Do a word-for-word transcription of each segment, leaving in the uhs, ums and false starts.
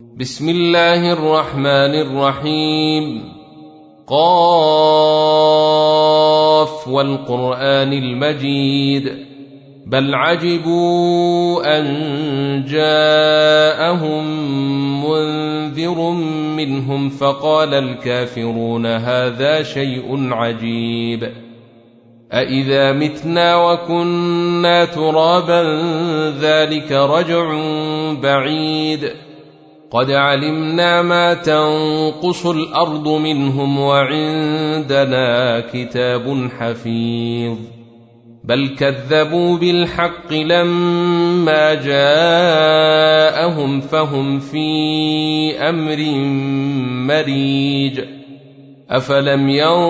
بسم الله الرحمن الرحيم. قاف والقرآن المجيد بل عجبوا أن جاءهم منذر منهم فقال الكافرون هذا شيء عجيب أإذا متنا وكنا ترابا ذلك رجع بعيد قد علمنا ما تنقص الأرض منهم وعندنا كتاب حفيظ بل كذبوا بالحق لما جاءهم فهم في أمر مريج أفلم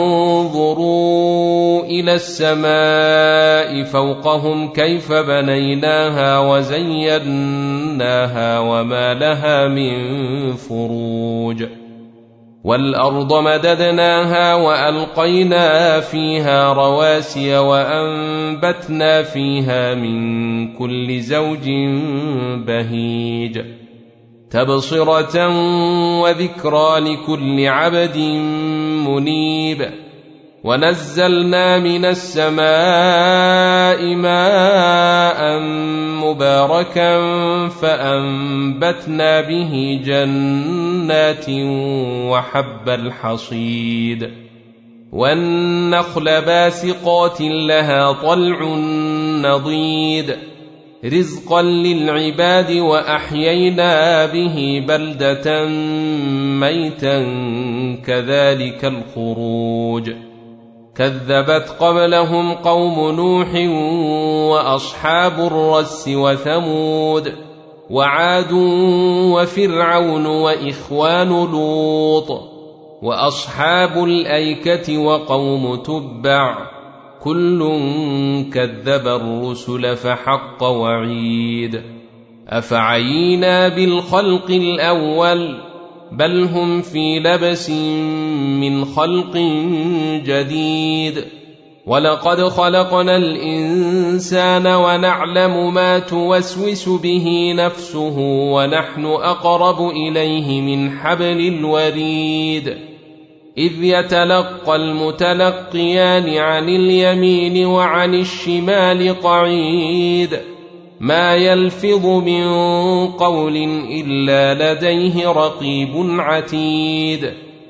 ينظروا إلى السماء فوقهم كيف بنيناها وزيناها وما لها من فروج والأرض مددناها وألقينا فيها رواسي وأنبتنا فيها من كل زوج بهيج تبصرة وذكرى لكل عبد منيب ونزلنا من السماء ماء مباركا فأنبتنا به جنات وحب الحصيد والنخل باسقات لها طلع نضيد رزقا للعباد وأحيينا به بلدة ميتا كذلك الخروج كذبت قبلهم قوم نوح وأصحاب الرس وثمود وعاد وفرعون وإخوان لوط وأصحاب الأيكة وقوم تبع كل كذب الرسل فحق وعيد أفعينا بالخلق الأول بل هم في لبس من خلق جديد ولقد خلقنا الإنسان ونعلم ما توسوس به نفسه ونحن أقرب إليه من حبل الوريد إذ يتلقى المتلقيان عن اليمين وعن الشمال قعيد ما يلفظ من قول إلا لديه رقيب عتيد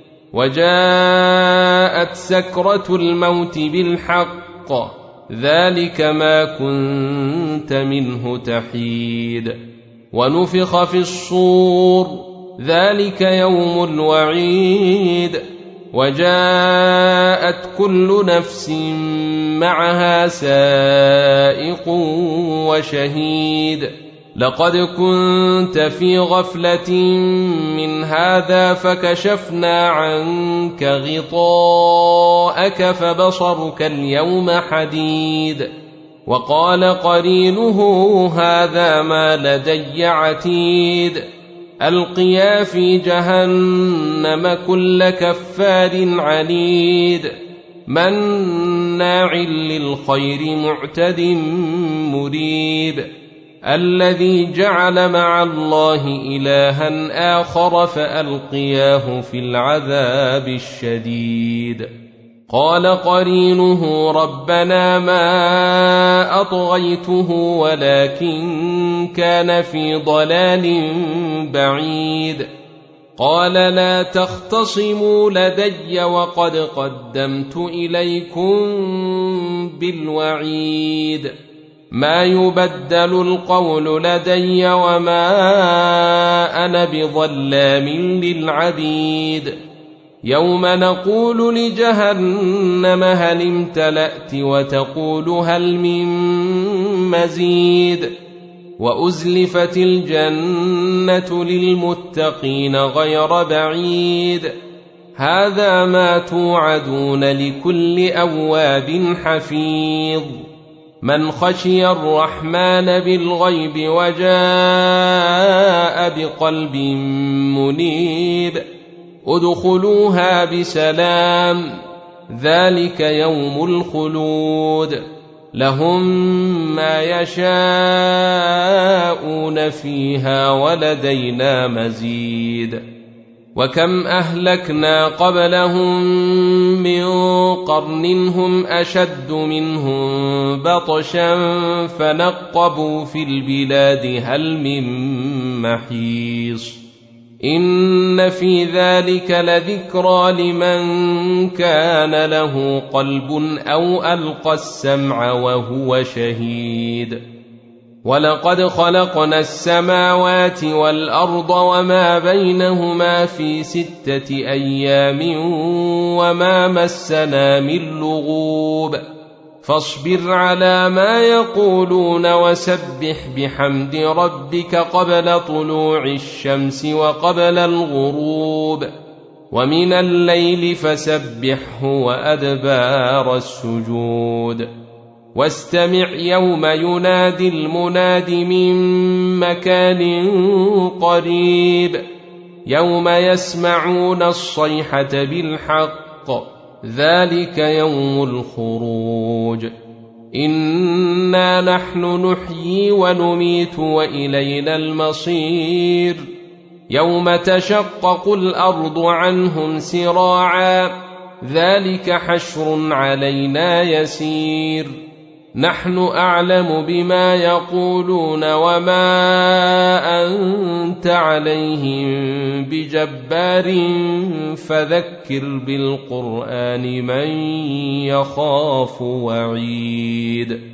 وجاءت سكرة الموت بالحق ذلك ما كنت منه تحيد ونفخ في الصور ذلك يوم الوعيد وجاءت كل نفس معها سائق وشهيد لقد كنت في غفلة من هذا فكشفنا عنك غطاءك فبصرك اليوم حديد وقال قرينه هذا ما لدي عتيد ألقيا في جهنم كل كفار عنيد مناع للخير معتد مريب الذي جعل مع الله إلها آخر فألقياه في العذاب الشديد قال قرينه ربنا ما أطغيته ولكن كان في ضلال بعيد قال لا تختصموا لدي وقد قدمت إليكم بالوعيد ما يبدل القول لدي وما أنا بظلام للعبيد يوم نقول لجهنم هل امتلأت وتقول هل من مزيد وأزلفت الجنة للمتقين غير بعيد هذا ما توعدون لكل أواب حفيظ من خشي الرحمن بالغيب وجاء بقلب منيب ادخلوها بسلام ذلك يوم الخلود لهم ما يشاءون فيها ولدينا مزيد وكم أهلكنا قبلهم من قرن هم أشد منهم بطشا فنقبوا في البلاد هل من محيص إن في ذلك لذكرى لمن كان له قلب أو ألقى السمع وهو شهيد ولقد خلقنا السماوات والأرض وما بينهما في ستة أيام وما مسنا من لغوب فاصبر على ما يقولون وسبح بحمد ربك قبل طلوع الشمس وقبل الغروب ومن الليل فسبحه وأدبار السجود واستمع يوم ينادي المناد من مكان قريب يوم يسمعون الصيحة بالحق ذلك يوم الخروج إنا نحن نحيي ونميت وإلينا المصير يوم تشقق الأرض عنهم سراعا ذلك حشر علينا يسير نحن أعلم بما يقولون وما أنت عليهم بجبار فذكر بالقرآن من يخاف وعيد